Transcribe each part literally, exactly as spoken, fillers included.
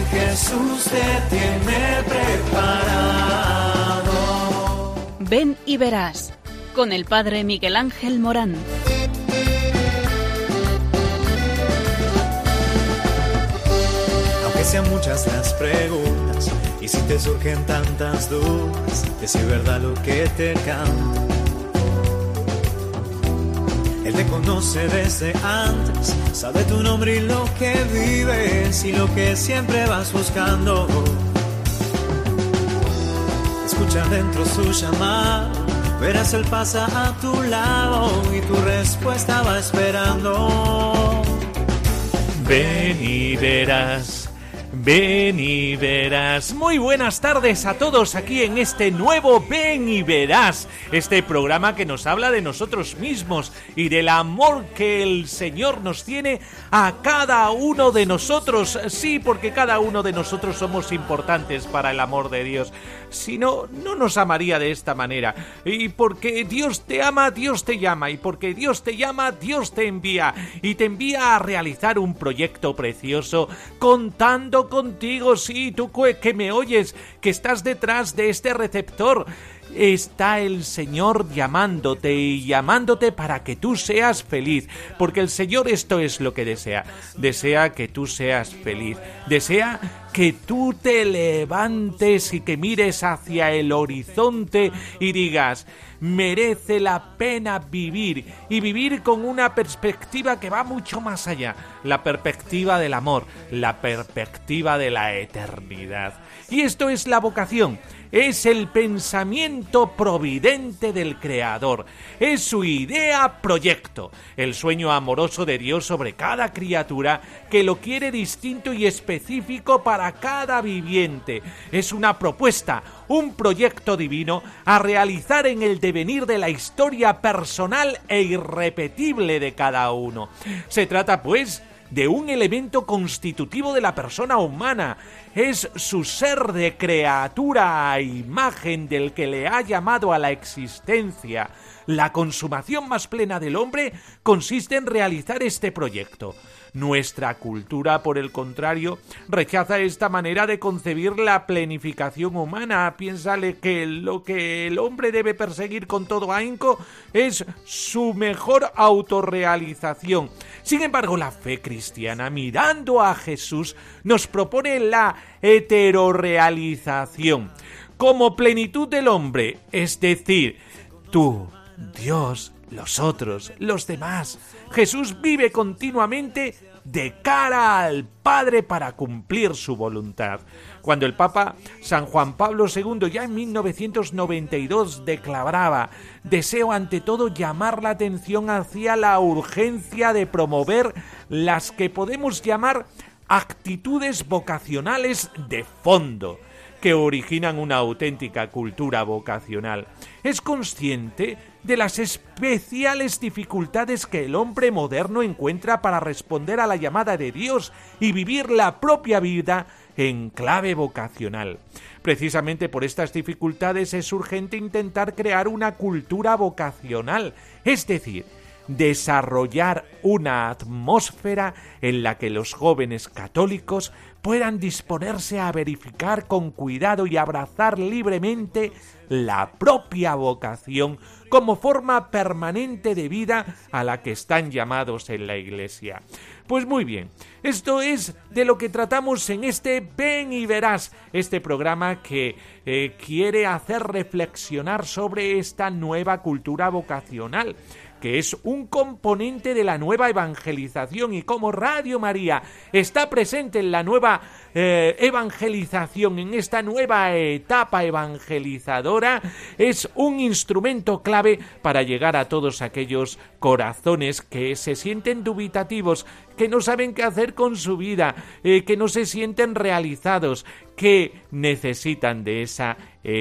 Jesús te tiene preparado. Ven y verás, con el Padre Miguel Ángel Morán. Aunque sean muchas las preguntas y si te surgen tantas dudas de si es verdad lo que te canto, Él te conoce desde antes, sabe tu nombre y lo que vives y lo que siempre vas buscando. Escucha dentro su llamado, verás Él pasa a tu lado y tu respuesta va esperando. Ven y verás. Ven y verás. Muy buenas tardes a todos aquí en este nuevo Ven y verás, este programa que nos habla de nosotros mismos y del amor que el Señor nos tiene a cada uno de nosotros. Sí, porque cada uno de nosotros somos importantes para el amor de Dios. Si no, no nos amaría de esta manera. Y porque Dios te ama, Dios te llama. Y porque Dios te llama, Dios te envía. Y te envía a realizar un proyecto precioso, contando contigo, sí, tú que me oyes, que estás detrás de este receptor. Está el Señor llamándote y llamándote para que tú seas feliz, porque el Señor esto es lo que desea, desea que tú seas feliz, desea que tú te levantes y que mires hacia el horizonte y digas, merece la pena vivir, y vivir con una perspectiva que va mucho más allá, la perspectiva del amor, la perspectiva de la eternidad. Y esto es la vocación. Es el pensamiento providente del Creador, es su idea proyecto, el sueño amoroso de Dios sobre cada criatura que lo quiere distinto y específico para cada viviente. Es una propuesta, un proyecto divino a realizar en el devenir de la historia personal e irrepetible de cada uno. Se trata, pues, de un elemento constitutivo de la persona humana. Es su ser de criatura a imagen del que le ha llamado a la existencia. La consumación más plena del hombre consiste en realizar este proyecto. Nuestra cultura, por el contrario, rechaza esta manera de concebir la planificación humana. Piénsale que lo que el hombre debe perseguir con todo ahínco es su mejor autorrealización. Sin embargo, la fe cristiana, mirando a Jesús, nos propone la heterorealización como plenitud del hombre, es decir, tú, Dios, los otros, los demás. Jesús vive continuamente de cara al Padre para cumplir su voluntad. Cuando el Papa San Juan Pablo segundo ya en mil novecientos noventa y dos declaraba: deseo ante todo llamar la atención hacia la urgencia de promover las que podemos llamar actitudes vocacionales de fondo, que originan una auténtica cultura vocacional. Es consciente de las especiales dificultades que el hombre moderno encuentra para responder a la llamada de Dios y vivir la propia vida en clave vocacional. Precisamente por estas dificultades es urgente intentar crear una cultura vocacional, es decir, desarrollar una atmósfera en la que los jóvenes católicos puedan disponerse a verificar con cuidado y abrazar libremente la propia vocación como forma permanente de vida a la que están llamados en la Iglesia. Pues muy bien, esto es de lo que tratamos en este Ven y Verás, este programa que eh, quiere hacer reflexionar sobre esta nueva cultura vocacional, que es un componente de la nueva evangelización, y como Radio María está presente en la nueva eh, evangelización, en esta nueva etapa evangelizadora, es un instrumento clave para llegar a todos aquellos corazones que se sienten dubitativos, que no saben qué hacer con su vida, eh, que no se sienten realizados, que necesitan de esa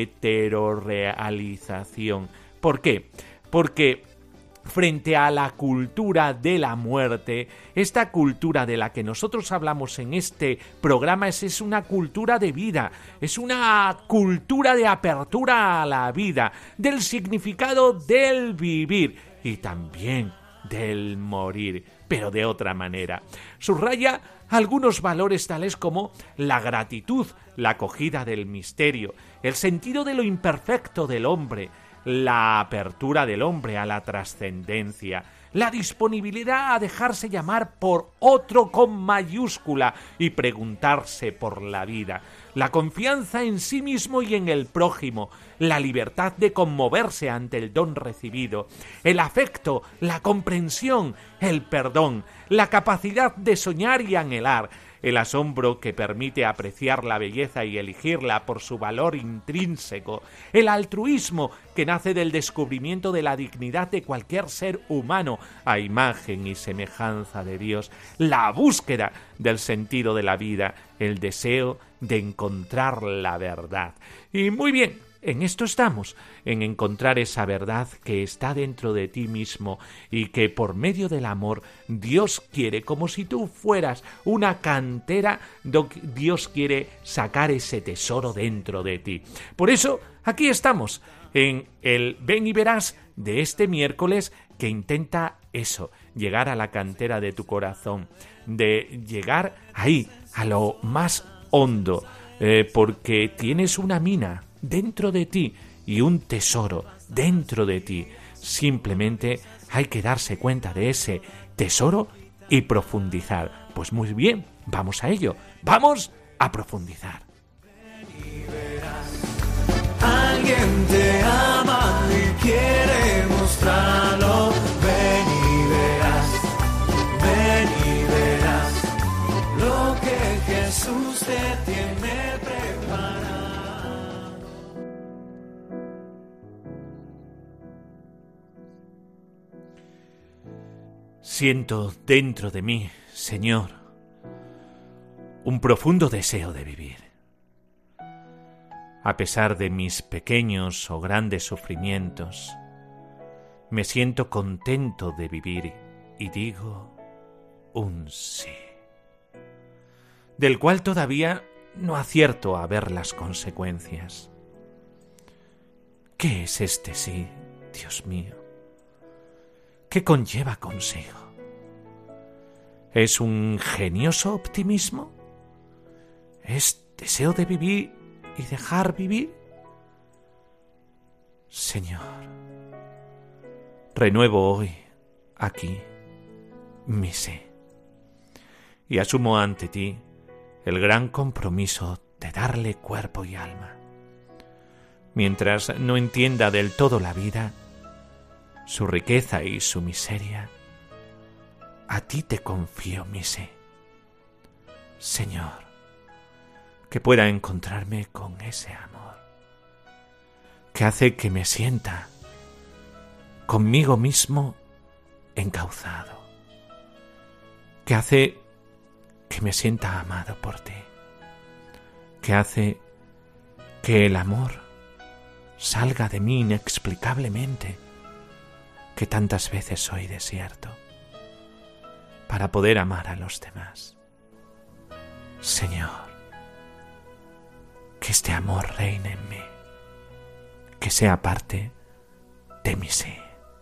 heterorealización. ¿Por qué? Porque frente a la cultura de la muerte, esta cultura de la que nosotros hablamos en este programa es, es una cultura de vida, es una cultura de apertura a la vida, del significado del vivir y también del morir, pero de otra manera. Subraya algunos valores tales como la gratitud, la acogida del misterio, el sentido de lo imperfecto del hombre, la apertura del hombre a la trascendencia, la disponibilidad a dejarse llamar por otro con mayúscula y preguntarse por la vida, la confianza en sí mismo y en el prójimo, la libertad de conmoverse ante el don recibido, el afecto, la comprensión, el perdón, la capacidad de soñar y anhelar, el asombro que permite apreciar la belleza y elegirla por su valor intrínseco, el altruismo que nace del descubrimiento de la dignidad de cualquier ser humano a imagen y semejanza de Dios, la búsqueda del sentido de la vida, el deseo de encontrar la verdad. Y muy bien, en esto estamos, en encontrar esa verdad que está dentro de ti mismo y que por medio del amor Dios quiere, como si tú fueras una cantera, Dios quiere sacar ese tesoro dentro de ti. Por eso, aquí estamos, en el Ven y Verás de este miércoles que intenta eso, llegar a la cantera de tu corazón, de llegar ahí, a lo más hondo, eh, porque tienes una mina dentro de ti y un tesoro dentro de ti. Simplemente hay que darse cuenta de ese tesoro y profundizar. Pues muy bien, vamos a ello. Vamos a profundizar. Alguien te ama y quiere mostrarlo. Ven y verás, ven y verás lo que Jesús te tiene preparado. Siento dentro de mí, Señor, un profundo deseo de vivir. A pesar de mis pequeños o grandes sufrimientos, me siento contento de vivir y digo un sí, del cual todavía no acierto a ver las consecuencias. ¿Qué es este sí, Dios mío? ¿Qué conlleva consigo? ¿Es un ingenioso optimismo? ¿Es deseo de vivir y dejar vivir? Señor, renuevo hoy, aquí, mi sí, y asumo ante ti el gran compromiso de darle cuerpo y alma. Mientras no entienda del todo la vida, su riqueza y su miseria, a ti te confío mi sí. Señor, que pueda encontrarme con ese amor, que hace que me sienta conmigo mismo encauzado, que hace que me sienta amado por ti, que hace que el amor salga de mí inexplicablemente, que tantas veces soy desierto, para poder amar a los demás. Señor, que este amor reine en mí, que sea parte de mi sí.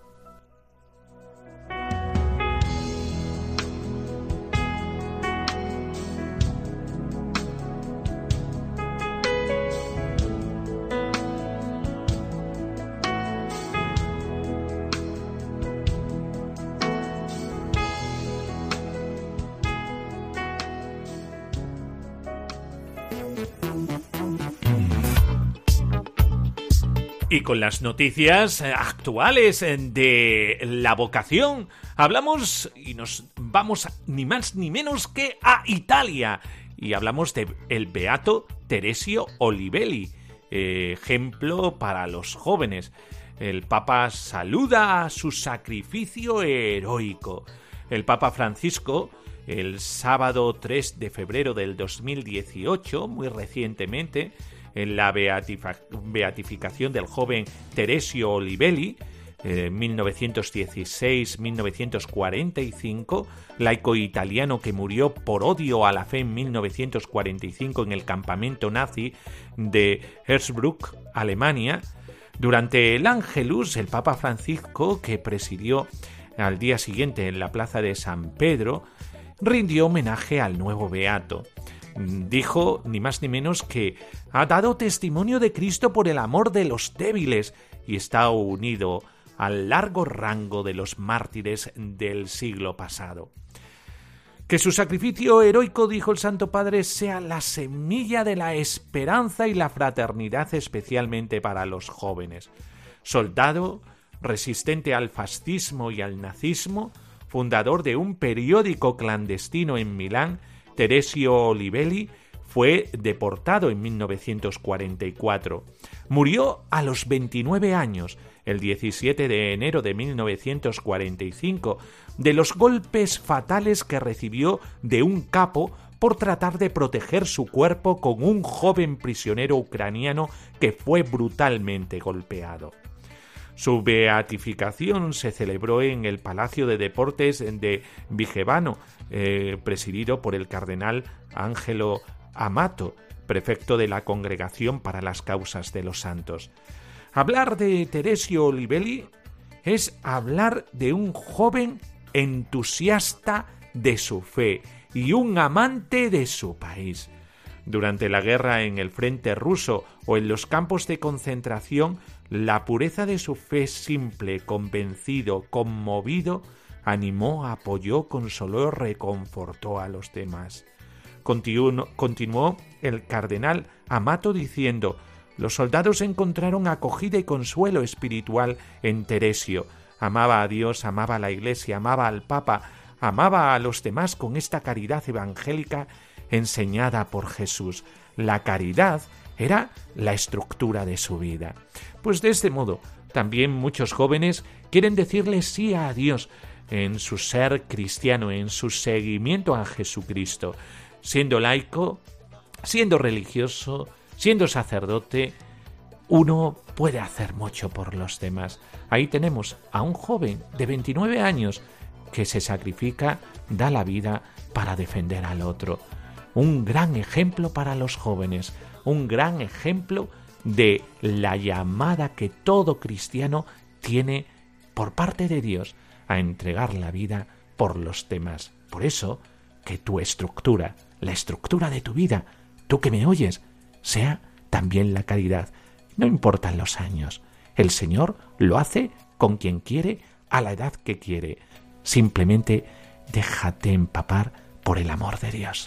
Y con las noticias actuales de la vocación, hablamos y nos vamos ni más ni menos que a Italia. Y hablamos de el beato Teresio Olivelli, eh, ejemplo para los jóvenes. El Papa saluda a su sacrificio heroico. El Papa Francisco, el sábado tres de febrero del dos mil dieciocho, muy recientemente, en la beatificación del joven Teresio Olivelli, eh, mil novecientos dieciséis a mil novecientos cuarenta y cinco, laico italiano que murió por odio a la fe en mil novecientos cuarenta y cinco en el campamento nazi de Hersbruck, Alemania. Durante el Ángelus, el Papa Francisco, que presidió al día siguiente en la plaza de San Pedro, rindió homenaje al nuevo beato. Dijo ni más ni menos que ha dado testimonio de Cristo por el amor de los débiles y está unido al largo rango de los mártires del siglo pasado. Que su sacrificio heroico, dijo el Santo Padre, sea la semilla de la esperanza y la fraternidad, especialmente para los jóvenes. Soldado, resistente al fascismo y al nazismo, fundador de un periódico clandestino en Milán, Teresio Olivelli fue deportado en mil novecientos cuarenta y cuatro. Murió a los veintinueve años, el diecisiete de enero de mil novecientos cuarenta y cinco, de los golpes fatales que recibió de un capo por tratar de proteger su cuerpo con un joven prisionero ucraniano que fue brutalmente golpeado. Su beatificación se celebró en el Palacio de Deportes de Vigevano, eh, presidido por el cardenal Angelo Amato, prefecto de la Congregación para las Causas de los Santos. Hablar de Teresio Olivelli es hablar de un joven entusiasta de su fe y un amante de su país. Durante la guerra en el frente ruso o en los campos de concentración, la pureza de su fe simple, convencido, conmovido, animó, apoyó, consoló, reconfortó a los demás. Continuó, continuó el cardenal Amato diciendo: los soldados encontraron acogida y consuelo espiritual en Teresio. Amaba a Dios, amaba a la Iglesia, amaba al Papa, amaba a los demás con esta caridad evangélica enseñada por Jesús. La caridad era la estructura de su vida. Pues de este modo, también muchos jóvenes quieren decirle sí a Dios en su ser cristiano, en su seguimiento a Jesucristo. Siendo laico, siendo religioso, siendo sacerdote, uno puede hacer mucho por los demás. Ahí tenemos a un joven de veintinueve años que se sacrifica, da la vida para defender al otro. Un gran ejemplo para los jóvenes, un gran ejemplo de la llamada que todo cristiano tiene por parte de Dios a entregar la vida por los demás. Por eso, que tu estructura, la estructura de tu vida, tú que me oyes, sea también la caridad. No importan los años. El Señor lo hace con quien quiere, a la edad que quiere. Simplemente déjate empapar por el amor de Dios.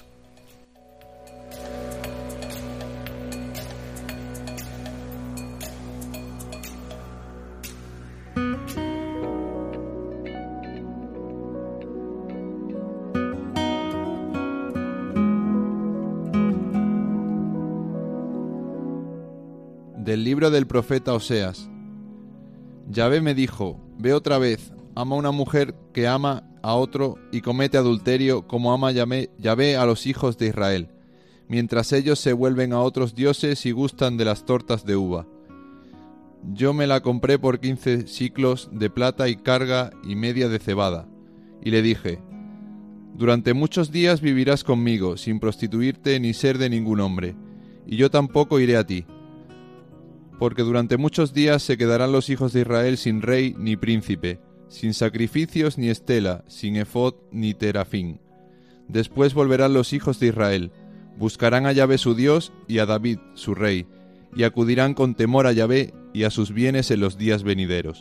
Del libro del profeta Oseas. Yahvé me dijo: ve otra vez, ama a una mujer que ama a otro y comete adulterio como ama Yahvé, Yahvé a los hijos de Israel, mientras ellos se vuelven a otros dioses y gustan de las tortas de uva. Yo me la compré por quince siclos de plata y carga y media de cebada, y le dije: durante muchos días vivirás conmigo, sin prostituirte ni ser de ningún hombre, y yo tampoco iré a ti. Porque durante muchos días se quedarán los hijos de Israel sin rey ni príncipe, sin sacrificios ni estela, sin efod ni terafín. Después volverán los hijos de Israel, buscarán a Yahvé su Dios y a David su rey, y acudirán con temor a Yahvé y a sus bienes en los días venideros.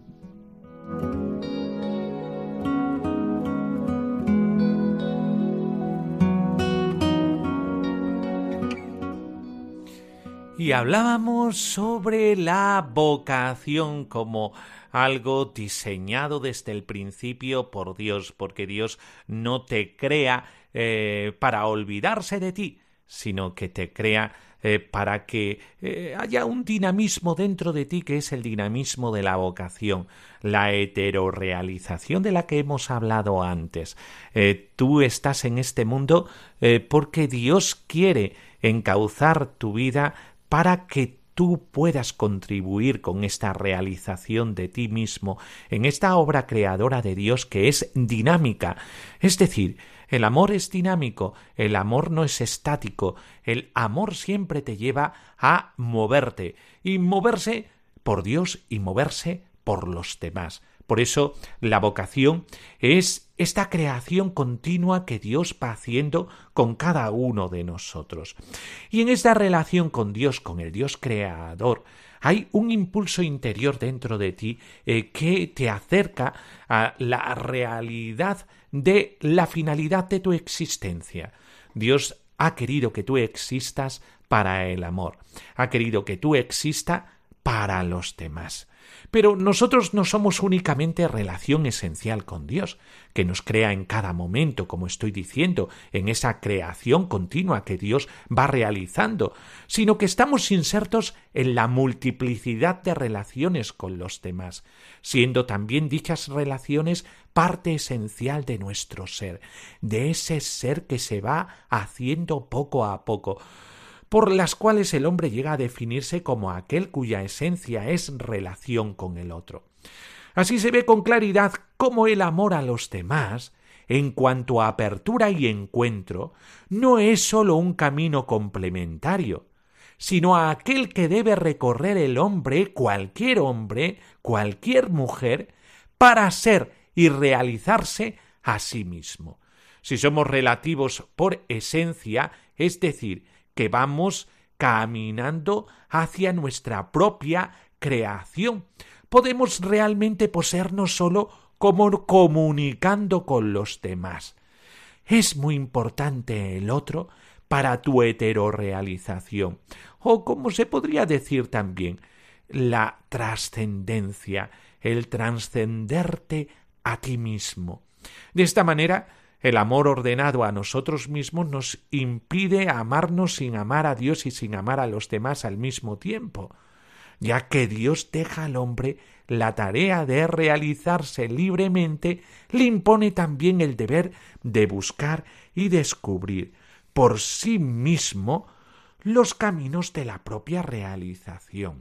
Y hablábamos sobre la vocación como algo diseñado desde el principio por Dios, porque Dios no te crea eh, para olvidarse de ti, sino que te crea eh, para que eh, haya un dinamismo dentro de ti, que es el dinamismo de la vocación, la heterorealización de la que hemos hablado antes. Eh, tú estás en este mundo eh, porque Dios quiere encauzar tu vida para que tú puedas contribuir con esta realización de ti mismo en esta obra creadora de Dios que es dinámica. Es decir, el amor es dinámico, el amor no es estático, el amor siempre te lleva a moverte, y moverse por Dios y moverse por los demás. Por eso la vocación es esta creación continua que Dios va haciendo con cada uno de nosotros. Y en esta relación con Dios, con el Dios creador, hay un impulso interior dentro de ti eh, que te acerca a la realidad de la finalidad de tu existencia. Dios ha querido que tú existas para el amor, ha querido que tú existas para los demás. Pero nosotros no somos únicamente relación esencial con Dios, que nos crea en cada momento, como estoy diciendo, en esa creación continua que Dios va realizando, sino que estamos insertos en la multiplicidad de relaciones con los demás, siendo también dichas relaciones parte esencial de nuestro ser, de ese ser que se va haciendo poco a poco, por las cuales el hombre llega a definirse como aquel cuya esencia es relación con el otro. Así se ve con claridad cómo el amor a los demás, en cuanto a apertura y encuentro, no es sólo un camino complementario, sino a aquel que debe recorrer el hombre, cualquier hombre, cualquier mujer, para ser y realizarse a sí mismo. Si somos relativos por esencia, es decir, que vamos caminando hacia nuestra propia creación, podemos realmente poseernos solo como comunicando con los demás. Es muy importante el otro para tu heterorealización, o como se podría decir también, la trascendencia, el trascenderte a ti mismo. De esta manera, el amor ordenado a nosotros mismos nos impide amarnos sin amar a Dios y sin amar a los demás al mismo tiempo, ya que Dios deja al hombre la tarea de realizarse libremente, le impone también el deber de buscar y descubrir por sí mismo los caminos de la propia realización,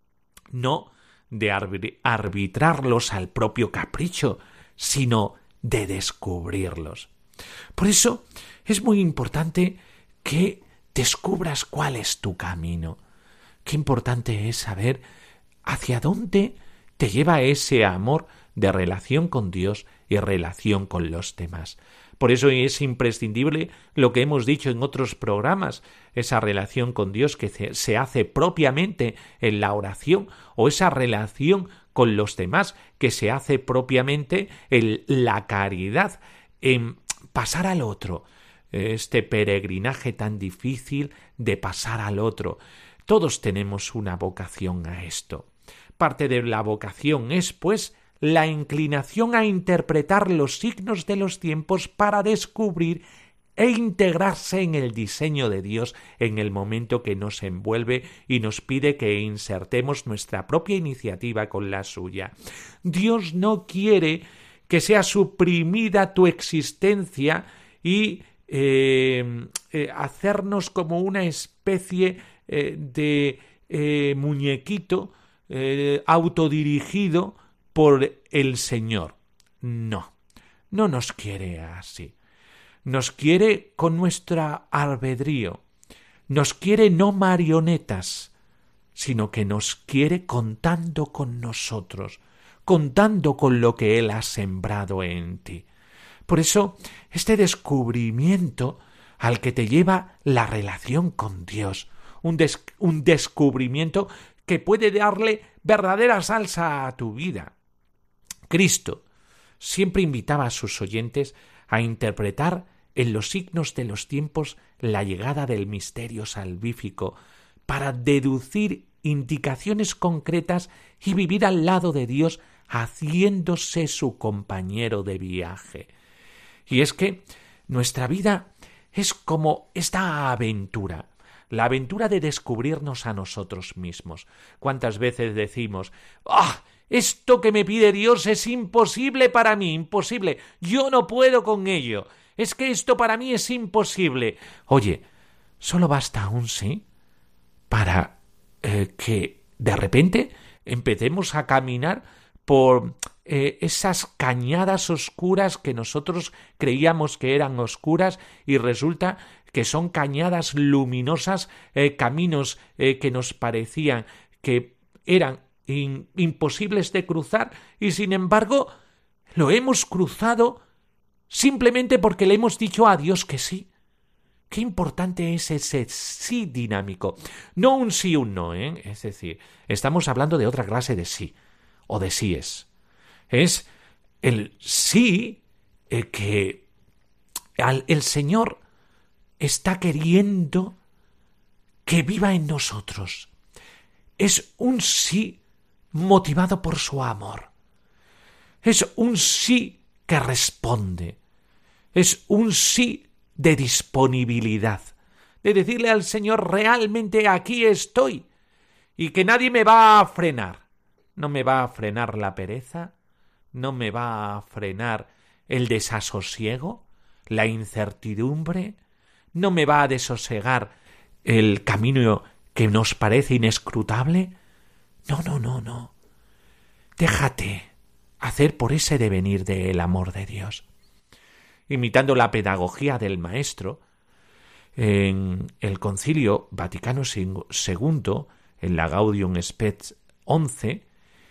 no de arbitrarlos al propio capricho, sino de descubrirlos. Por eso es muy importante que descubras cuál es tu camino. Qué importante es saber hacia dónde te lleva ese amor de relación con Dios y relación con los demás. Por eso es imprescindible lo que hemos dicho en otros programas, esa relación con Dios que se hace propiamente en la oración, o esa relación con los demás que se hace propiamente en la caridad, en pasar al otro, este peregrinaje tan difícil de pasar al otro. Todos tenemos una vocación a esto. Parte de la vocación es, pues, la inclinación a interpretar los signos de los tiempos para descubrir e integrarse en el diseño de Dios en el momento que nos envuelve y nos pide que insertemos nuestra propia iniciativa con la suya. Dios no quiere que sea suprimida tu existencia y eh, eh, hacernos como una especie eh, de eh, muñequito eh, autodirigido por el Señor. No, no nos quiere así. Nos quiere con nuestro albedrío, nos quiere no marionetas, sino que nos quiere contando con nosotros, contando con lo que Él ha sembrado en ti. Por eso, este descubrimiento al que te lleva la relación con Dios, un, des- un descubrimiento que puede darle verdadera salsa a tu vida. Cristo siempre invitaba a sus oyentes a interpretar en los signos de los tiempos la llegada del misterio salvífico para deducir indicaciones concretas y vivir al lado de Dios haciéndose su compañero de viaje. Y es que nuestra vida es como esta aventura, la aventura de descubrirnos a nosotros mismos. ¿Cuántas veces decimos, ¡ah! Esto que me pide Dios es imposible para mí, imposible, yo no puedo con ello, es que esto para mí es imposible. Oye, solo basta un sí para eh, que de repente empecemos a caminar por eh, esas cañadas oscuras que nosotros creíamos que eran oscuras y resulta que son cañadas luminosas, eh, caminos eh, que nos parecían que eran in, imposibles de cruzar y sin embargo lo hemos cruzado simplemente porque le hemos dicho a Dios que sí. Qué importante es ese sí dinámico. No un sí, un no, ¿eh? Es decir, estamos hablando de otra clase de sí, o de síes. Es el sí eh, que al, el Señor está queriendo que viva en nosotros. Es un sí motivado por su amor. Es un sí que responde. Es un sí de disponibilidad. De decirle al Señor, realmente aquí estoy. Y que nadie me va a frenar. No me va a frenar la pereza. No me va a frenar el desasosiego, la incertidumbre. No me va a desosegar el camino que nos parece inescrutable. No, no, no, no. Déjate hacer por ese devenir del amor de Dios. Imitando la pedagogía del Maestro, en el Concilio Vaticano segundo, en la Gaudium Spes once,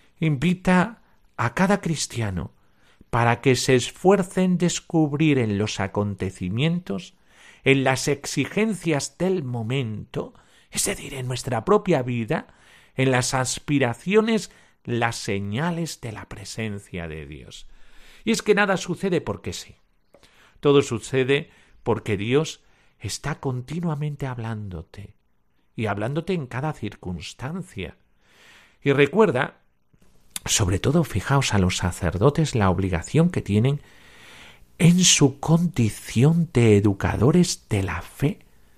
invita a cada cristiano para que se esfuerce en descubrir en los acontecimientos, en las exigencias del momento, es decir, en nuestra propia vida, en las aspiraciones, las señales de la presencia de Dios. Y es que nada sucede porque sí. Todo sucede porque Dios está continuamente hablándote, y hablándote en cada circunstancia. Y recuerda, sobre todo fijaos a los sacerdotes, la obligación que tienen en su condición de educadores de la fe,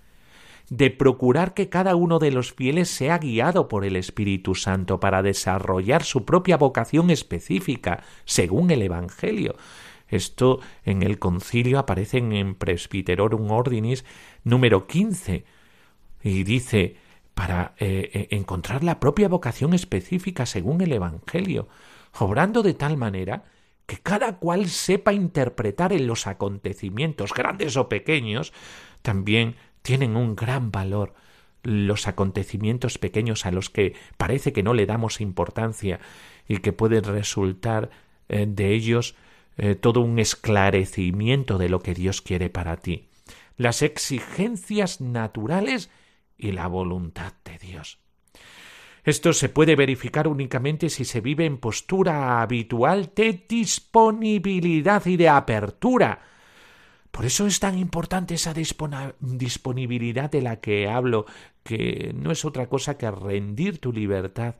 de procurar que cada uno de los fieles sea guiado por el Espíritu Santo para desarrollar su propia vocación específica, según el Evangelio. Esto en el concilio aparece en Presbyterorum Ordinis número quince, y dice, para eh, encontrar la propia vocación específica según el Evangelio, obrando de tal manera que cada cual sepa interpretar en los acontecimientos, grandes o pequeños. También tienen un gran valor los acontecimientos pequeños a los que parece que no le damos importancia y que pueden resultar eh, de ellos eh, todo un esclarecimiento de lo que Dios quiere para ti. Las exigencias naturales y la voluntad de Dios. Esto se puede verificar únicamente si se vive en postura habitual de disponibilidad y de apertura. Por eso es tan importante esa disponibilidad de la que hablo, que no es otra cosa que rendir tu libertad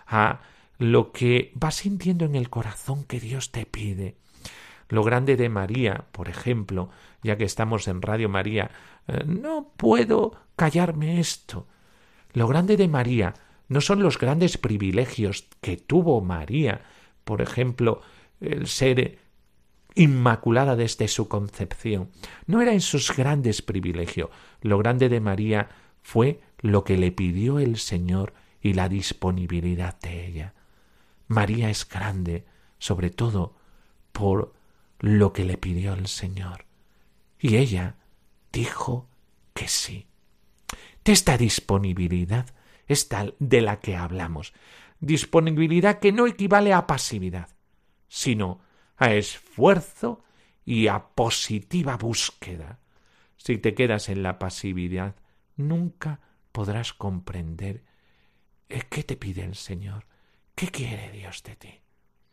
a lo que vas sintiendo en el corazón que Dios te pide. Lo grande de María, por ejemplo, ya que estamos en Radio María, eh, no puedo callarme esto. Lo grande de María no son los grandes privilegios que tuvo María, por ejemplo, el ser inmaculada desde su concepción. No eran esos grandes privilegios. Lo grande de María fue lo que le pidió el Señor y la disponibilidad de ella. María es grande, sobre todo por lo que le pidió el Señor. Y ella dijo que sí. De esta disponibilidad es tal de la que hablamos. Disponibilidad que no equivale a pasividad, sino a esfuerzo y a positiva búsqueda. Si te quedas en la pasividad, nunca podrás comprender qué te pide el Señor, qué quiere Dios de ti.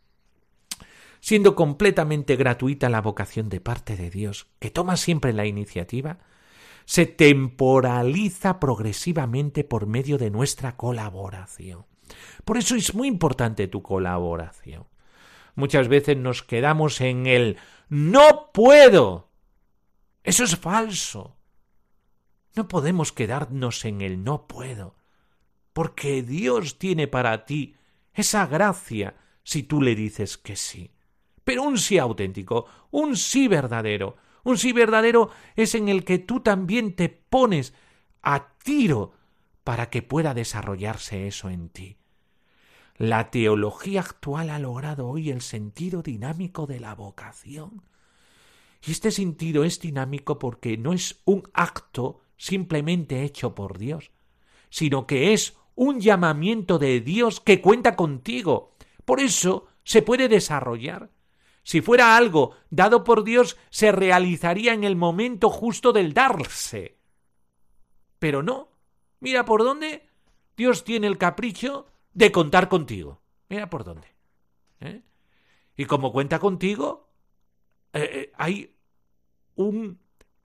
Siendo completamente gratuita la vocación de parte de Dios, que toma siempre la iniciativa, se temporaliza progresivamente por medio de nuestra colaboración. Por eso es muy importante tu colaboración. Muchas veces nos quedamos en el no puedo. Eso es falso. No podemos quedarnos en el no puedo, porque Dios tiene para ti esa gracia si tú le dices que sí. Pero un sí auténtico, un sí verdadero. Un sí verdadero es en el que tú también te pones a tiro para que pueda desarrollarse eso en ti. La teología actual ha logrado hoy el sentido dinámico de la vocación. Y este sentido es dinámico porque no es un acto simplemente hecho por Dios, sino que es un llamamiento de Dios que cuenta contigo. Por eso se puede desarrollar. Si fuera algo dado por Dios, se realizaría en el momento justo del darse. Pero no. Mira por dónde Dios tiene el capricho de contar contigo. Mira por dónde. ¿Eh? Y como cuenta contigo, eh, eh, hay un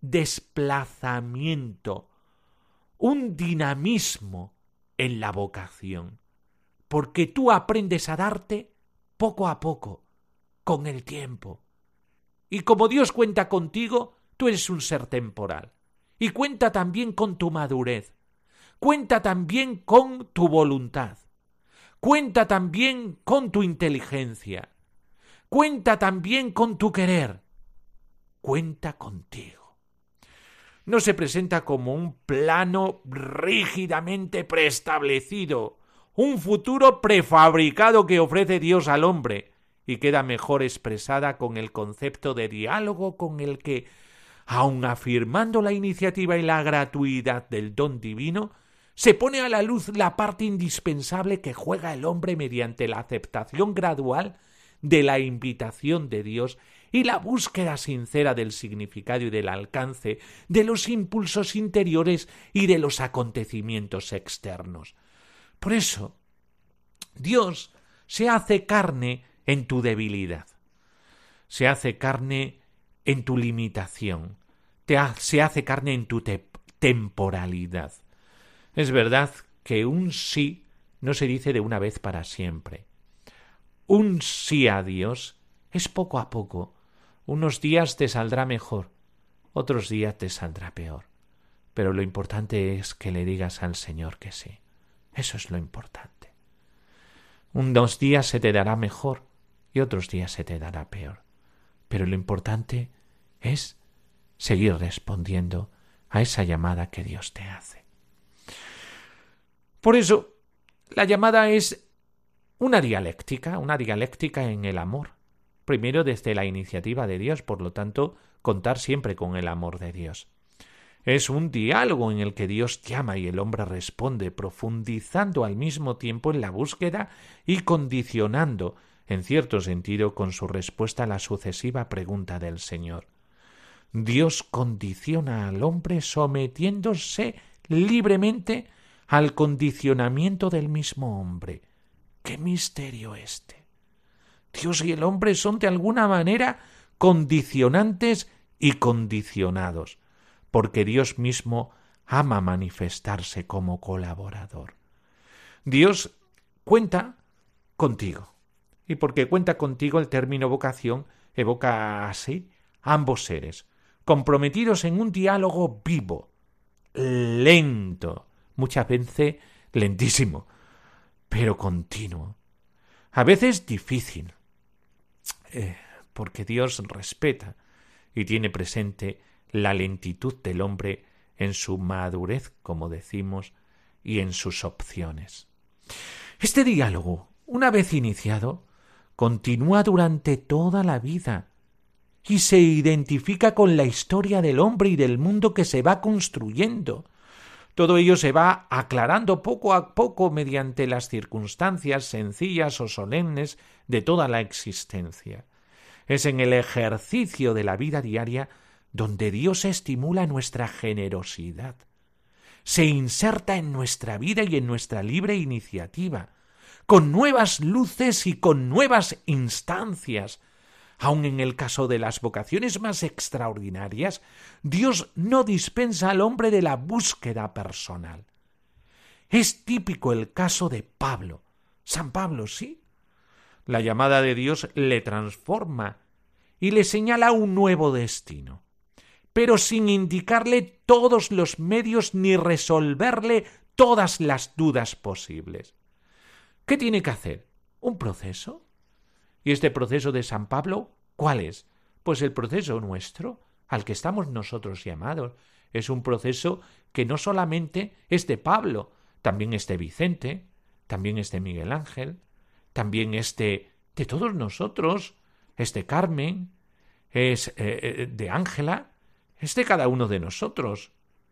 desplazamiento, un dinamismo en la vocación. Porque tú aprendes a darte poco a poco, con el tiempo. Y como Dios cuenta contigo, tú eres un ser temporal. Y cuenta también con tu madurez. Cuenta también con tu voluntad. Cuenta también con tu inteligencia. Cuenta también con tu querer. Cuenta contigo. No se presenta como un plano rígidamente preestablecido, un futuro prefabricado que ofrece Dios al hombre, y queda mejor expresada con el concepto de diálogo con el que, aun afirmando la iniciativa y la gratuidad del don divino, se pone a la luz la parte indispensable que juega el hombre mediante la aceptación gradual de la invitación de Dios y la búsqueda sincera del significado y del alcance de los impulsos interiores y de los acontecimientos externos. Por eso, Dios se hace carne en tu debilidad, se hace carne en tu limitación, te ha, se hace carne en tu te, temporalidad. Es verdad que un sí no se dice de una vez para siempre. Un sí a Dios es poco a poco. Unos días te saldrá mejor, otros días te saldrá peor. Pero lo importante es que le digas al Señor que sí. Eso es lo importante. Unos días se te dará mejor y otros días se te dará peor. Pero lo importante es seguir respondiendo a esa llamada que Dios te hace. Por eso, la llamada es una dialéctica, una dialéctica en el amor. Primero desde la iniciativa de Dios, por lo tanto, contar siempre con el amor de Dios. Es un diálogo en el que Dios llama y el hombre responde, profundizando al mismo tiempo en la búsqueda y condicionando, en cierto sentido, con su respuesta a la sucesiva pregunta del Señor. Dios condiciona al hombre sometiéndose libremente al condicionamiento del mismo hombre. ¡Qué misterio este! Dios y el hombre son de alguna manera condicionantes y condicionados, porque Dios mismo ama manifestarse como colaborador. Dios cuenta contigo, y porque cuenta contigo el término vocación evoca así ambos seres, comprometidos en un diálogo vivo, lento, muchas veces lentísimo, pero continuo, a veces difícil, eh, porque Dios respeta y tiene presente la lentitud del hombre en su madurez, como decimos, y en sus opciones. Este diálogo, una vez iniciado, continúa durante toda la vida y se identifica con la historia del hombre y del mundo que se va construyendo. Todo ello se va aclarando poco a poco mediante las circunstancias sencillas o solemnes de toda la existencia. Es en el ejercicio de la vida diaria donde Dios estimula nuestra generosidad, se inserta en nuestra vida y en nuestra libre iniciativa, con nuevas luces y con nuevas instancias. Aun en el caso de las vocaciones más extraordinarias, Dios no dispensa al hombre de la búsqueda personal. Es típico el caso de Pablo, San Pablo, sí. La llamada de Dios le transforma y le señala un nuevo destino, pero sin indicarle todos los medios ni resolverle todas las dudas posibles. ¿Qué tiene que hacer? ¿Un proceso? ¿Y este proceso de San Pablo cuál es? Pues el proceso nuestro, al que estamos nosotros llamados. Es un proceso que no solamente es de Pablo, también es de Vicente, también es de Miguel Ángel, también es de, de todos nosotros, es de Carmen, es eh, de Ángela, es de cada uno de nosotros.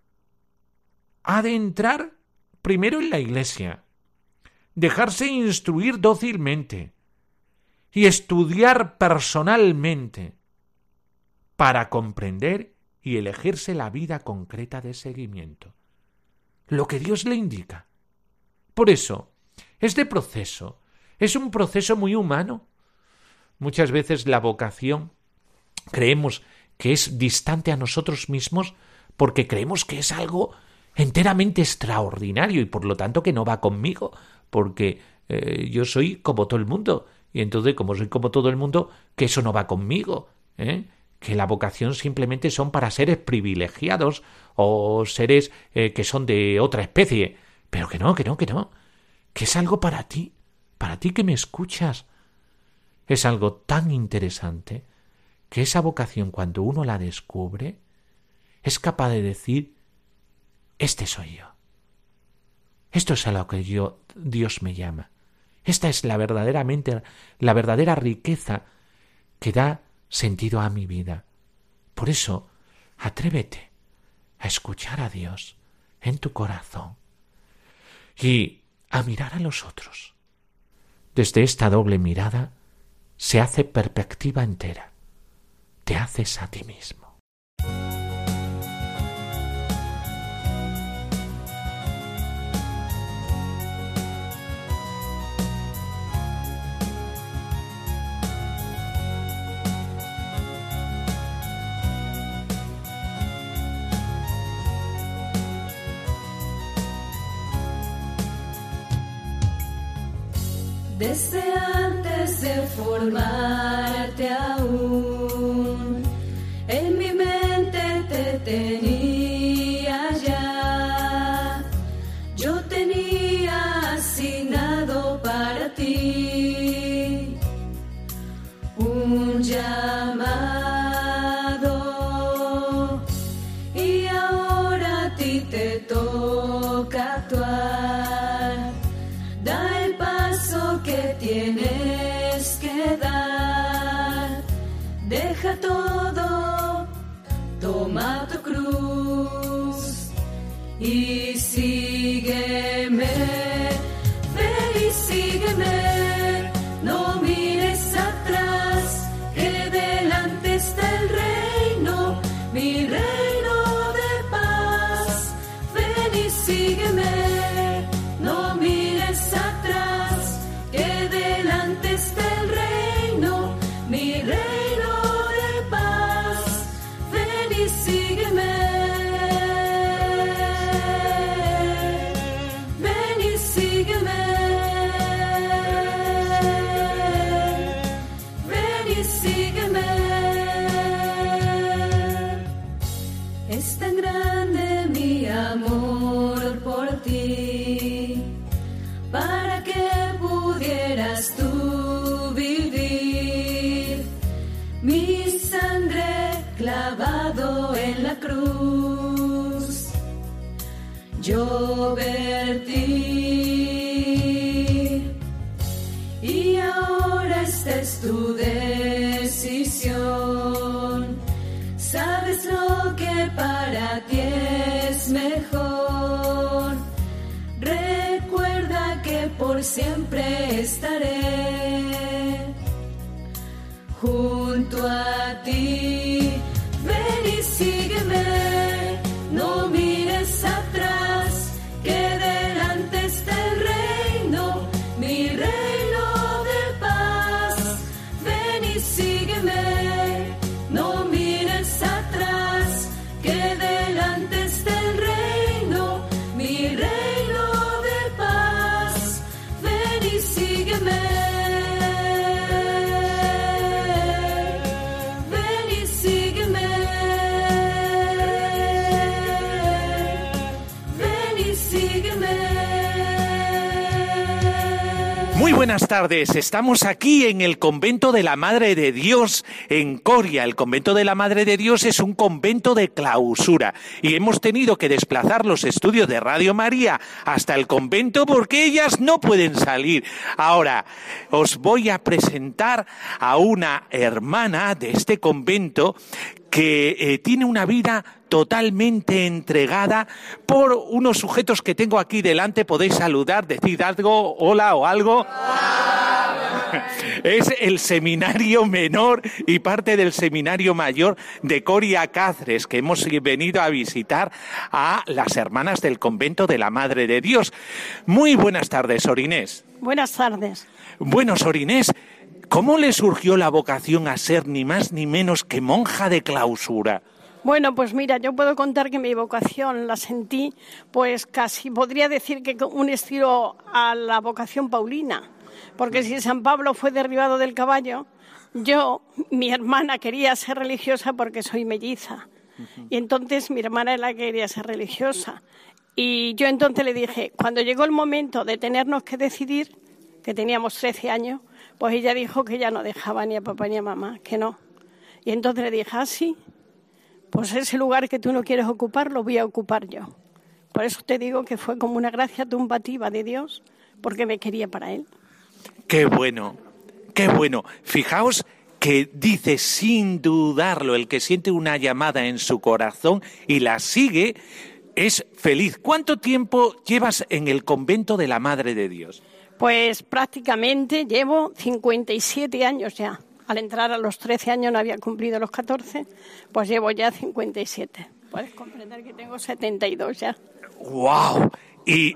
Ha de entrar primero en la Iglesia, dejarse instruir dócilmente y estudiar personalmente para comprender y elegirse la vida concreta de seguimiento, lo que Dios le indica. Por eso, este proceso es un proceso muy humano. Muchas veces la vocación creemos que es distante a nosotros mismos porque creemos que es algo enteramente extraordinario y por lo tanto que no va conmigo, porque eh, yo soy como todo el mundo y entonces como soy como todo el mundo, que eso no va conmigo, ¿eh? Que la vocación simplemente son para seres privilegiados o seres eh, que son de otra especie, pero que no, que no, que no, que es algo para ti, para ti que me escuchas. Es algo tan interesante que esa vocación, cuando uno la descubre, es capaz de decir: este soy yo. Esto es a lo que yo, Dios me llama. Esta es la verdaderamente, la verdadera riqueza que da sentido a mi vida. Por eso, atrévete a escuchar a Dios en tu corazón y a mirar a los otros. Desde esta doble mirada se hace perspectiva entera. Te haces a ti mismo. Desde antes de formarte aún, en mi mente te tenía ya. Yo tenía asignado para ti un llamado y ahora a ti te toca actuar. Da el paso que tienes que dar. Deja todo, toma tu cruz y sígueme. Ven y sígueme, no mires atrás, que delante está el reino, mi reino de paz. Ven y sígueme, no mires atrás, que delante está el reino, mi reino de paz. Ven y sígueme, ven y sígueme, ven y sígueme. Es tan grande mi amor por ti, para que pudieras tú vivir. Mi sangre clavado en la cruz, yo vertí. Y ahora esta es tu decisión. Sabes lo que para ti es mejor. Recuerda que por siempre estaré junto a ti. Ven y sígueme, no mires atrás, que delante está el reino, mi reino de paz. Ven y sígueme, no mires atrás, que delante está el reino, mi reino de paz. Ven y sígueme, ven y sígueme, ven y sígueme. Muy buenas tardes, estamos aquí en el Convento de la Madre de Dios en Coria. El Convento de la Madre de Dios es un convento de clausura y hemos tenido que desplazar los estudios de Radio María hasta el convento porque ellas no pueden salir. Ahora os voy a presentar a una hermana de este convento que eh, tiene una vida totalmente entregada por unos sujetos que tengo aquí delante. Podéis saludar, decir algo, hola o algo. Es el seminario menor y parte del seminario mayor de Coria Cáceres, que hemos venido a visitar a las hermanas del convento de la Madre de Dios. Muy buenas tardes, Sor Inés. Buenas tardes. Bueno, Sor Inés, ¿cómo le surgió la vocación a ser ni más ni menos que monja de clausura? Bueno, pues mira, yo puedo contar que mi vocación la sentí, pues casi podría decir que un estilo a la vocación paulina, porque si San Pablo fue derribado del caballo, yo, mi hermana quería ser religiosa porque soy melliza, y entonces mi hermana era la que quería ser religiosa, y yo entonces le dije, cuando llegó el momento de tenernos que decidir, que teníamos trece años, pues ella dijo que ya no dejaba ni a papá ni a mamá, que no, y entonces le dije, ah, sí, pues ese lugar que tú no quieres ocupar, lo voy a ocupar yo. Por eso te digo que fue como una gracia tumbativa de Dios, porque me quería para Él. ¡Qué bueno! ¡Qué bueno! Fijaos que dice sin dudarlo, el que siente una llamada en su corazón y la sigue, es feliz. ¿Cuánto tiempo llevas en el convento de la Madre de Dios? Pues prácticamente llevo cincuenta y siete años ya. Al entrar a los trece años no había cumplido los catorce, pues llevo ya cincuenta y siete. Puedes comprender que tengo setenta y dos ya. ¡Guau! Y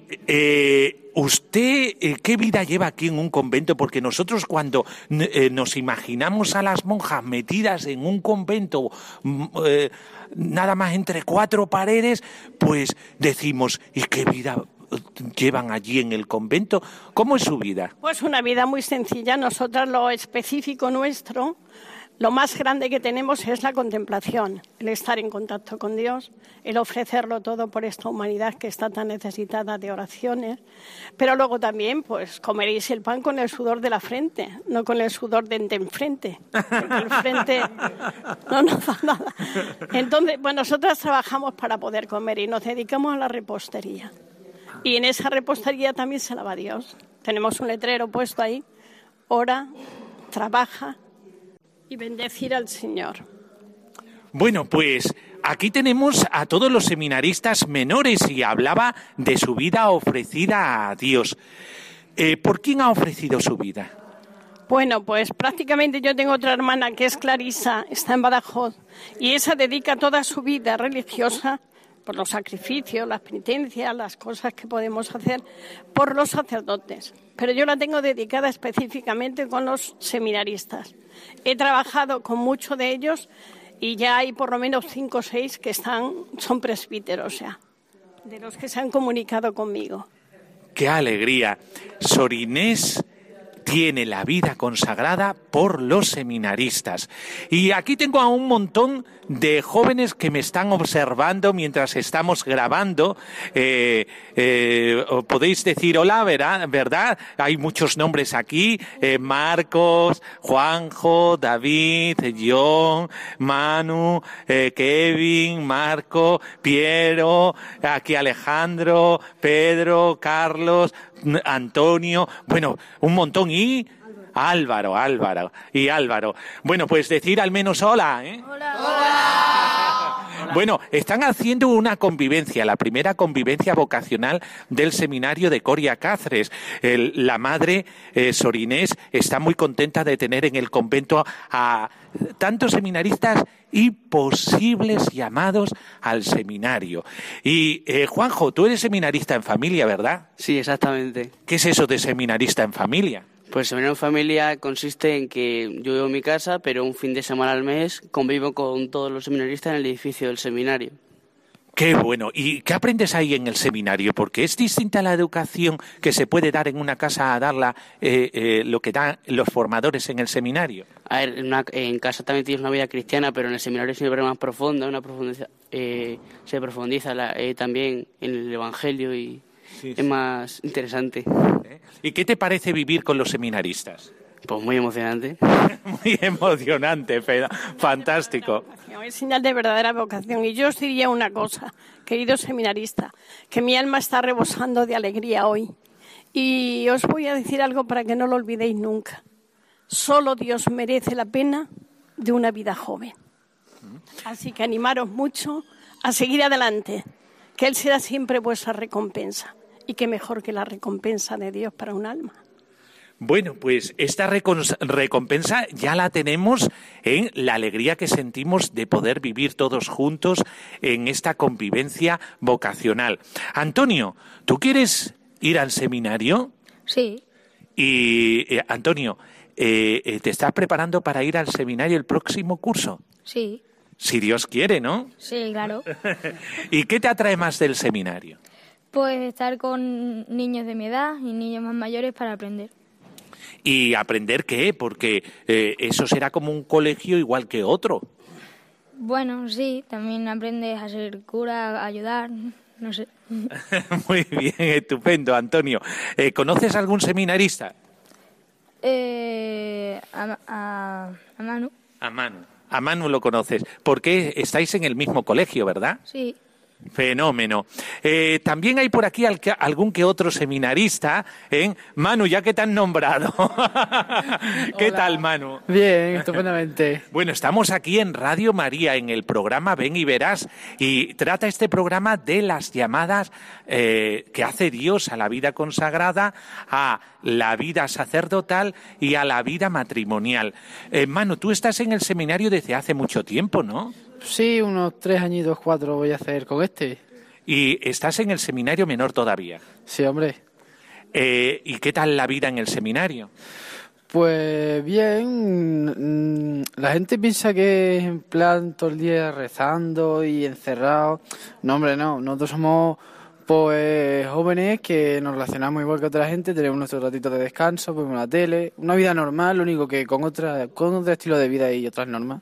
eh, usted, eh, ¿qué vida lleva aquí en un convento? Porque nosotros cuando eh, nos imaginamos a las monjas metidas en un convento, eh, nada más entre cuatro paredes, pues decimos, ¿y qué vida llevan allí en el convento? ¿Cómo es su vida? Pues una vida muy sencilla. Nosotras, lo específico nuestro, lo más grande que tenemos es la contemplación, el estar en contacto con Dios, el ofrecerlo todo por esta humanidad que está tan necesitada de oraciones. Pero luego también, pues, comeréis el pan con el sudor de la frente, no con el sudor de enfrente, porque el frente no nos da nada. Entonces, pues nosotras trabajamos para poder comer y nos dedicamos a la repostería. Y en esa repostería también se lava Dios. Tenemos un letrero puesto ahí, ora, trabaja y bendecir al Señor. Bueno, pues aquí tenemos a todos los seminaristas menores y hablaba de su vida ofrecida a Dios. Eh, ¿Por quién ha ofrecido su vida? Bueno, pues prácticamente yo tengo otra hermana que es Clarisa, está en Badajoz, y esa dedica toda su vida religiosa por los sacrificios, las penitencias, las cosas que podemos hacer por los sacerdotes. Pero yo la tengo dedicada específicamente con los seminaristas. He trabajado con muchos de ellos y ya hay por lo menos cinco o seis que están, son presbíteros ya, de los que se han comunicado conmigo. ¡Qué alegría! Sor Inés tiene la vida consagrada por los seminaristas. Y aquí tengo a un montón de jóvenes que me están observando mientras estamos grabando. Eh, eh, podéis decir hola, ¿verdad? ¿verdad? Hay muchos nombres aquí. Eh, Marcos, Juanjo, David, John, Manu, eh, Kevin, Marco, Piero, aquí Alejandro, Pedro, Carlos, Antonio, bueno, un montón. Y Álvaro, Álvaro, y Álvaro. Bueno, pues decir al menos hola, ¿eh? Hola. Hola. Bueno, están haciendo una convivencia, la primera convivencia vocacional del seminario de Coria Cáceres. El, la madre, eh, Sor Inés, está muy contenta de tener en el convento a tantos seminaristas y posibles llamados al seminario. Y, eh, Juanjo, tú eres seminarista en familia, ¿verdad? Sí, exactamente. ¿Qué es eso de seminarista en familia? Pues seminario en familia consiste en que yo vivo en mi casa, pero un fin de semana al mes convivo con todos los seminaristas en el edificio del seminario. Qué bueno. ¿Y qué aprendes ahí en el seminario? Porque es distinta la educación que se puede dar en una casa a darla eh, eh, lo que dan los formadores en el seminario. A ver, en, una, en casa también tienes una vida cristiana, pero en el seminario siempre más profunda, una profundiza, eh, se profundiza la, eh, también en el Evangelio y sí, es sí. más interesante. ¿Y qué te parece vivir con los seminaristas? Pues muy emocionante. Muy emocionante, pero fantástico. Es señal de verdadera vocación. Y yo os diría una cosa, querido seminarista, que mi alma está rebosando de alegría hoy. Y os voy a decir algo para que no lo olvidéis nunca. Solo Dios merece la pena de una vida joven. Así que animaros mucho a seguir adelante, que Él será siempre vuestra recompensa. Y qué mejor que la recompensa de Dios para un alma. Bueno, pues esta recon- recompensa ya la tenemos en la alegría que sentimos de poder vivir todos juntos en esta convivencia vocacional. Antonio, ¿tú quieres ir al seminario? Sí. Y, eh, Antonio, eh, eh, ¿te estás preparando para ir al seminario el próximo curso? Sí. Si Dios quiere, ¿no? Sí, claro. ¿Y qué te atrae más del seminario? Pues estar con niños de mi edad y niños más mayores para aprender. ¿Y aprender qué? Porque eh, eso será como un colegio igual que otro. Bueno, sí, también aprendes a ser cura, a ayudar, no sé. Muy bien, estupendo, Antonio. Eh, ¿Conoces algún seminarista? Eh, a, a, a Manu. A Manu. A Manu lo conoces. Porque estáis en el mismo colegio, ¿verdad? Sí. Fenómeno. Eh, también hay por aquí al que, algún que otro seminarista, ¿eh? Manu, ya que te han nombrado. ¿Qué Hola. tal, Manu? Bien, estupendamente. Bueno, estamos aquí en Radio María, en el programa Ven y Verás, y trata este programa de las llamadas eh, que hace Dios a la vida consagrada, a la vida sacerdotal y a la vida matrimonial. Eh, Manu, tú estás en el seminario desde hace mucho tiempo, ¿no? Sí, unos tres añitos, cuatro voy a hacer con este. Y estás en el seminario menor todavía. Sí, hombre. Eh, ¿Y qué tal la vida en el seminario? Pues bien, mm, la gente piensa que es en plan todo el día rezando y encerrado. No, hombre, no. Nosotros somos pues jóvenes que nos relacionamos igual que otra gente, tenemos nuestros ratitos de descanso, vemos la tele, una vida normal, lo único que con otra, con otro estilo de vida y otras normas.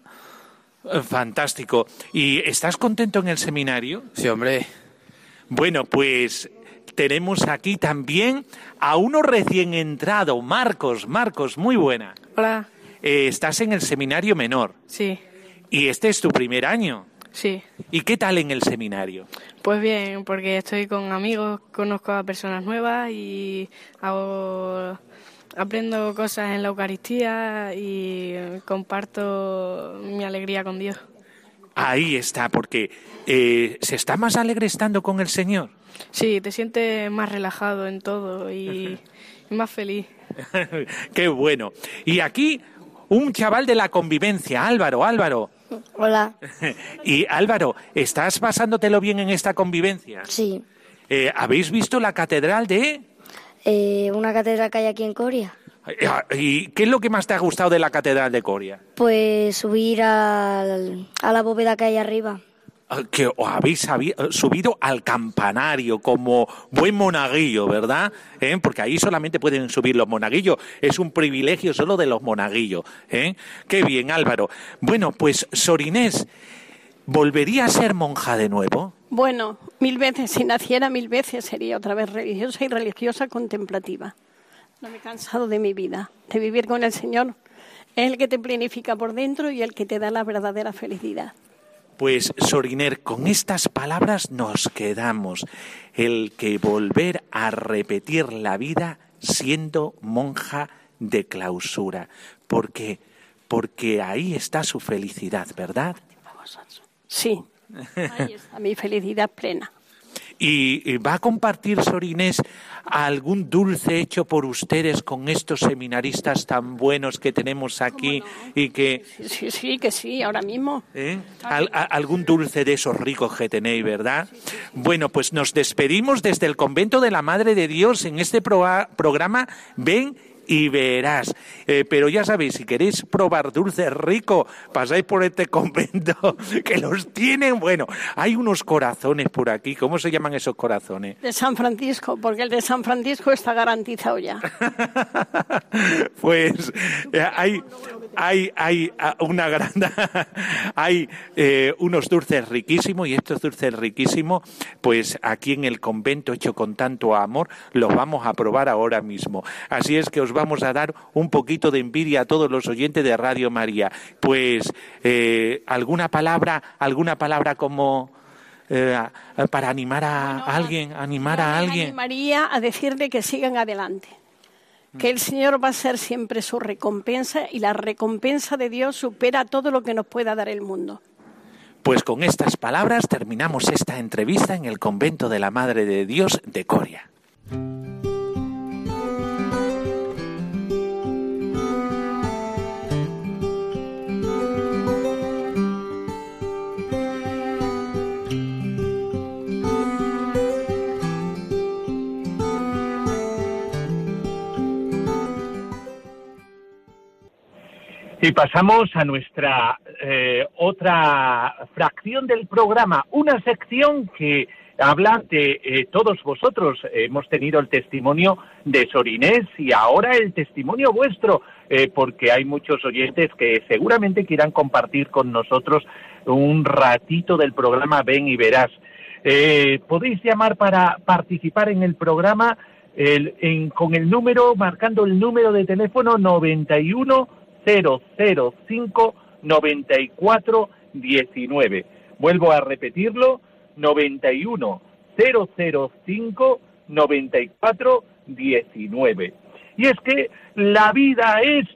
Fantástico. ¿Y estás contento en el seminario? Sí, hombre. Bueno, pues tenemos aquí también a uno recién entrado, Marcos. Marcos, muy buena. Hola. Eh, estás en el seminario menor. Sí. ¿Y este es tu primer año? Sí. ¿Y qué tal en el seminario? Pues bien, porque estoy con amigos, conozco a personas nuevas y hago... aprendo cosas en la Eucaristía y comparto mi alegría con Dios. Ahí está, porque eh, ¿se está más alegre estando con el Señor? Sí, te sientes más relajado en todo y, y más feliz. Qué bueno. Y aquí un chaval de la convivencia, Álvaro, Álvaro. Hola. Y Álvaro, ¿estás pasándotelo bien en esta convivencia? Sí. Eh, ¿Habéis visto la catedral de...? Eh, una catedral que hay aquí en Coria. ¿Y qué es lo que más te ha gustado de la catedral de Coria? Pues subir al, a la bóveda que hay arriba. Que os habéis subido al campanario como buen monaguillo, ¿verdad? ¿Eh? Porque ahí solamente pueden subir los monaguillos. Es un privilegio solo de los monaguillos. ¿Eh? Qué bien, Álvaro. Bueno, pues Sor Inés, ¿volvería a ser monja de nuevo? Bueno, mil veces. Si naciera mil veces sería otra vez religiosa y religiosa contemplativa. No me he cansado de mi vida, de vivir con el Señor. Es el que te planifica por dentro y el que te da la verdadera felicidad. Pues, Sor Inés, con estas palabras nos quedamos. El que volver a repetir la vida siendo monja de clausura. ¿Por qué? Porque ahí está su felicidad, ¿verdad? Sí, ahí está mi felicidad plena. ¿Y va a compartir, Sor Inés, algún dulce hecho por ustedes con estos seminaristas tan buenos que tenemos aquí? No? Y que sí, sí, sí, que sí, ahora mismo. ¿Eh? Al, a, algún dulce de esos ricos que tenéis, ¿verdad? Sí, sí, sí. Bueno, pues nos despedimos desde el Convento de la Madre de Dios en este pro programa Ven y Verás. Eh, pero ya sabéis, si queréis probar dulce rico, pasáis por este convento, que los tienen. Bueno, hay unos corazones por aquí. ¿Cómo se llaman esos corazones? De San Francisco, porque el de San Francisco está garantizado ya. Pues eh, hay, hay, hay una gran... hay eh, unos dulces riquísimos, y estos dulces riquísimos, pues aquí en el convento, hecho con tanto amor, los vamos a probar ahora mismo. Así es que os vamos a dar un poquito de envidia a todos los oyentes de Radio María. Pues eh, alguna palabra, alguna palabra como eh, para animar a bueno, alguien, animar a alguien. Animaría a decirle que sigan adelante, que el Señor va a ser siempre su recompensa y la recompensa de Dios supera todo lo que nos pueda dar el mundo. Pues con estas palabras terminamos esta entrevista en el Convento de la Madre de Dios de Coria. Y pasamos a nuestra eh, otra fracción del programa, una sección que habla de eh, todos vosotros. Hemos tenido el testimonio de Sor Inés y ahora el testimonio vuestro, eh, porque hay muchos oyentes que seguramente quieran compartir con nosotros un ratito del programa Ven y Verás. Eh, podéis llamar para participar en el programa el, en, con el número, marcando el número de teléfono noventa y uno cero cero cinco noventa y cuatro diecinueve. Vuelvo a repetirlo, noventa y uno cero cero cinco noventa y cuatro diecinueve. Y es que la vida es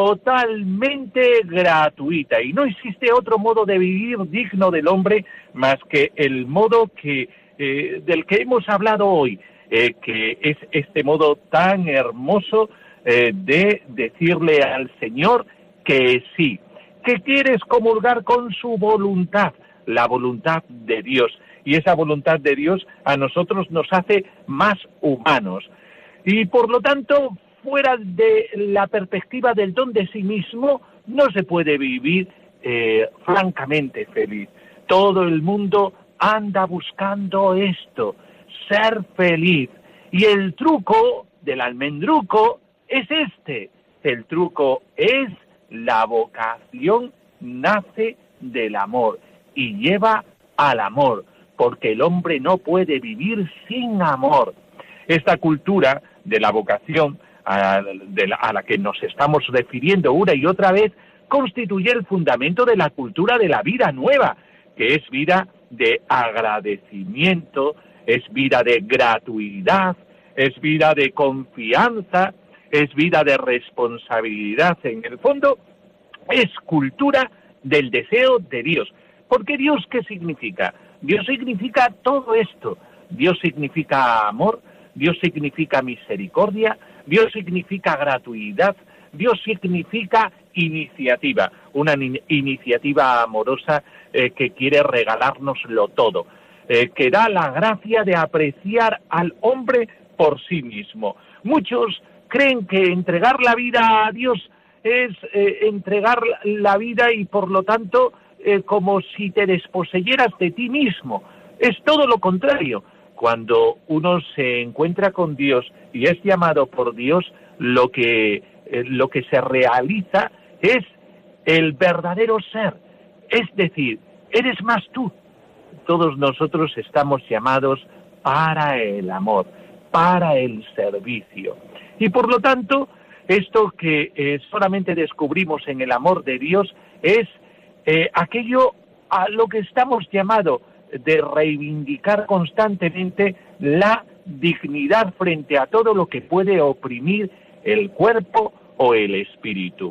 totalmente gratuita y no existe otro modo de vivir digno del hombre más que el modo que eh, del que hemos hablado hoy, eh, que es este modo tan hermoso eh, de decirle al Señor que sí, que quieres comulgar con su voluntad, la voluntad de Dios, y esa voluntad de Dios a nosotros nos hace más humanos. Y por lo tanto, fuera de la perspectiva del don de sí mismo, no se puede vivir eh, francamente feliz. Todo el mundo anda buscando esto, ser feliz. Y el truco del almendruco es este. El truco es la vocación nace del amor y lleva al amor, porque el hombre no puede vivir sin amor. Esta cultura de la vocación a, de la, a la que nos estamos refiriendo una y otra vez constituye el fundamento de la cultura de la vida nueva, que es vida de agradecimiento, es vida de gratuidad, es vida de confianza, es vida de responsabilidad. En el fondo, es cultura del deseo de Dios. Porque Dios, ¿qué significa? Dios significa todo esto. Dios significa amor, Dios significa misericordia, Dios significa gratuidad, Dios significa iniciativa, una in- iniciativa amorosa eh, que quiere regalárnoslo todo, eh, que da la gracia de apreciar al hombre por sí mismo. Muchos creen que entregar la vida a Dios es eh, entregar la vida y por lo tanto eh, como si te desposeyeras de ti mismo. Es todo lo contrario. Cuando uno se encuentra con Dios y es llamado por Dios, lo que, eh, lo que se realiza es el verdadero ser. Es decir, eres más tú. Todos nosotros estamos llamados para el amor, para el servicio. Y por lo tanto, esto que eh, solamente descubrimos en el amor de Dios es eh, aquello a lo que estamos llamados de reivindicar constantemente la dignidad frente a todo lo que puede oprimir el cuerpo o el espíritu.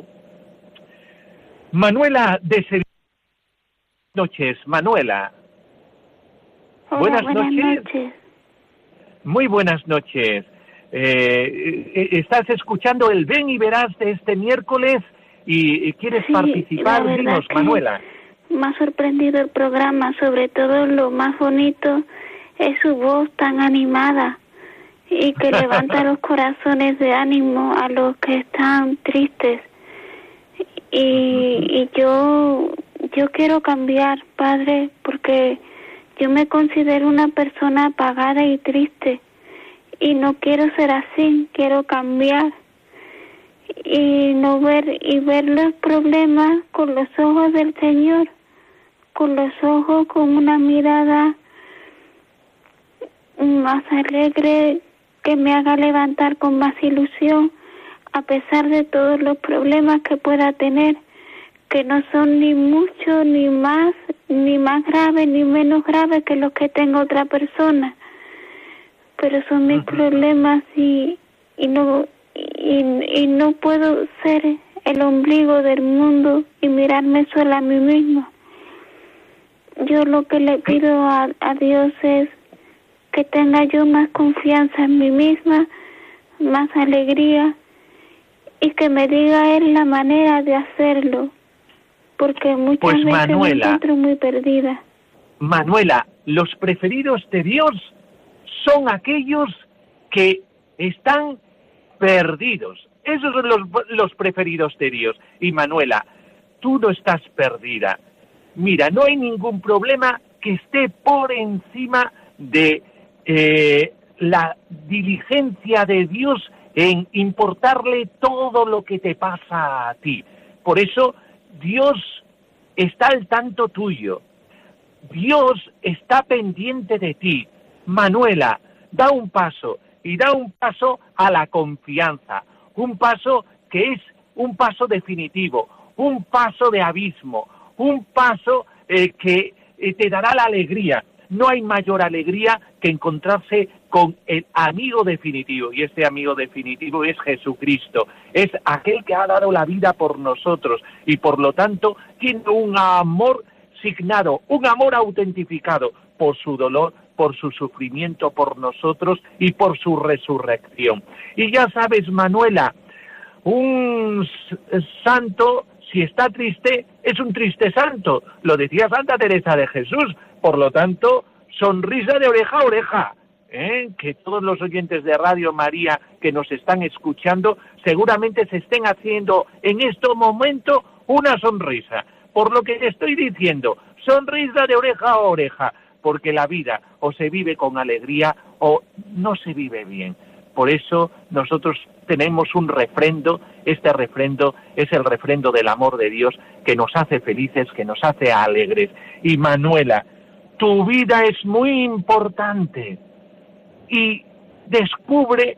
Manuela de Sevilla. Buenas noches, Manuela. Hola, buenas, buenas noches. noches. Muy buenas noches. Eh, eh, estás escuchando el Ven y Verás de este miércoles y, y quieres Sí, participar. la verdad Dinos, que Manuela. Me ha sorprendido el programa, sobre todo lo más bonito es su voz tan animada y que levanta los corazones de ánimo a los que están tristes. Y, y yo, yo quiero cambiar, Padre, porque yo me considero una persona apagada y triste y no quiero ser así, quiero cambiar y no ver y ver los problemas con los ojos del Señor, con los ojos, con una mirada más alegre que me haga levantar con más ilusión a pesar de todos los problemas que pueda tener, que no son ni mucho ni más ni más graves ni menos graves que los que tenga otra persona, pero son mis uh-huh. problemas y y no y, y no puedo ser el ombligo del mundo y mirarme sola a mí misma. Yo lo que le pido a, a Dios es que tenga yo más confianza en mí misma, más alegría y que me diga Él la manera de hacerlo, porque muchas pues, veces Manuela, me encuentro muy perdida. Manuela, los preferidos de Dios son aquellos que están perdidos. Esos son los, los preferidos de Dios. Y Manuela, tú no estás perdida. Mira, no hay ningún problema que esté por encima de eh, la diligencia de Dios en importarle todo lo que te pasa a ti. Por eso Dios está al tanto tuyo. Dios está pendiente de ti. Manuela, da un paso y da un paso a la confianza. Un paso que es un paso definitivo, un paso de abismo, un paso eh, que eh, te dará la alegría. No hay mayor alegría que encontrarse con el amigo definitivo, y este amigo definitivo es Jesucristo, es aquel que ha dado la vida por nosotros y por lo tanto tiene un amor signado, un amor autentificado por su dolor, por su sufrimiento por nosotros y por su resurrección. Y ya sabes, Manuela, un santo, si está triste, es un triste santo. Lo decía Santa Teresa de Jesús. Por lo tanto, sonrisa de oreja a oreja. ¿eh? Que todos los oyentes de Radio María que nos están escuchando seguramente se estén haciendo en este momento una sonrisa. Por lo que te estoy diciendo, sonrisa de oreja a oreja, porque la vida o se vive con alegría o no se vive bien. Por eso nosotros tenemos un refrendo, este refrendo es el refrendo del amor de Dios que nos hace felices, que nos hace alegres. Y Manuela, tu vida es muy importante y descubre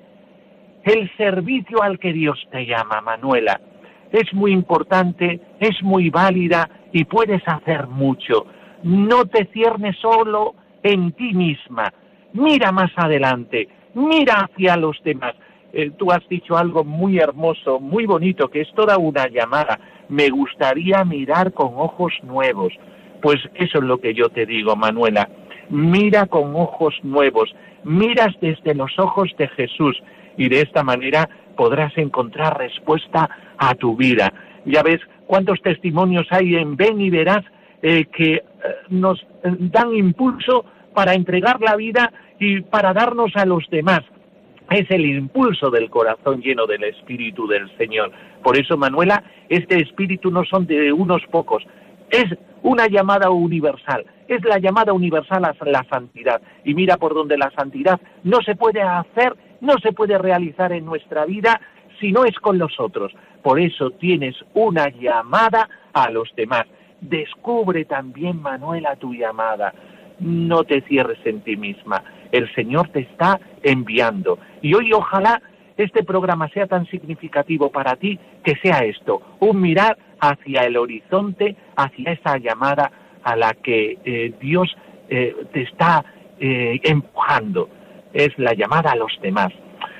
el servicio al que Dios te llama, Manuela. Es muy importante, es muy válida y puedes hacer mucho. No te ciernes solo en ti misma. Mira más adelante, mira hacia los demás. Eh, tú has dicho algo muy hermoso, muy bonito, que es toda una llamada. Me gustaría mirar con ojos nuevos. Pues eso es lo que yo te digo, Manuela. Mira con ojos nuevos, miras desde los ojos de Jesús y de esta manera podrás encontrar respuesta a tu vida. Ya ves cuántos testimonios hay en Ven y Verás eh, que eh, nos eh, dan impulso para entregar la vida y para darnos a los demás. Es el impulso del corazón lleno del Espíritu del Señor. Por eso, Manuela, este Espíritu no son de unos pocos, es una llamada universal, es la llamada universal a la santidad. Y mira por donde la santidad no se puede hacer, no se puede realizar en nuestra vida si no es con los otros. Por eso tienes una llamada a los demás. Descubre también, Manuela, tu llamada. No te cierres en ti misma. El Señor te está enviando. Y hoy ojalá este programa sea tan significativo para ti que sea esto, un mirar hacia el horizonte, hacia esa llamada a la que eh, Dios eh, te está eh, empujando. Es la llamada a los demás.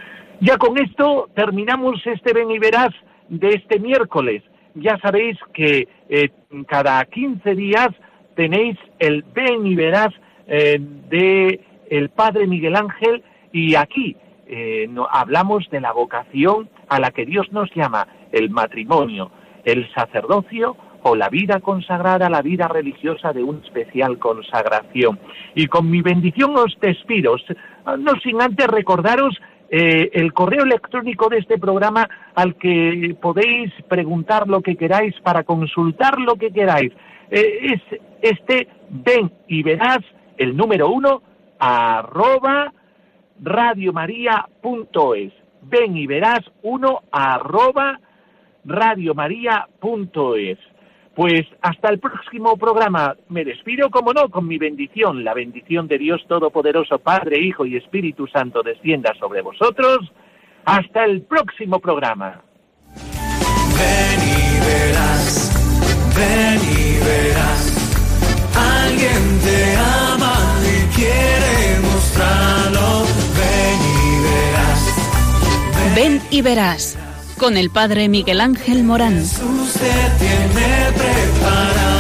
Ya con esto terminamos este Ven y Verás de este miércoles. Ya sabéis que eh, cada quince días tenéis el Ven y Verás eh, de el Padre Miguel Ángel, y aquí eh, no, hablamos de la vocación a la que Dios nos llama, el matrimonio, el sacerdocio o la vida consagrada, la vida religiosa de una especial consagración. Y con mi bendición os despido, no sin antes recordaros eh, el correo electrónico de este programa al que podéis preguntar lo que queráis, para consultar lo que queráis. Eh, es este Ven y Verás, el número uno, arroba radiomaria.es. Ven y Verás uno, arroba radiomaria.es. Pues hasta el próximo programa. Me despido, como no, con mi bendición. La bendición de Dios Todopoderoso, Padre, Hijo y Espíritu Santo descienda sobre vosotros. Hasta el próximo programa. Ven y verás, ven y verás. Alguien te ama y quiere mostrarlo. Ven y verás. Ven, ven y verás. Con el Padre Miguel Ángel Morán. Jesús te tiene preparado.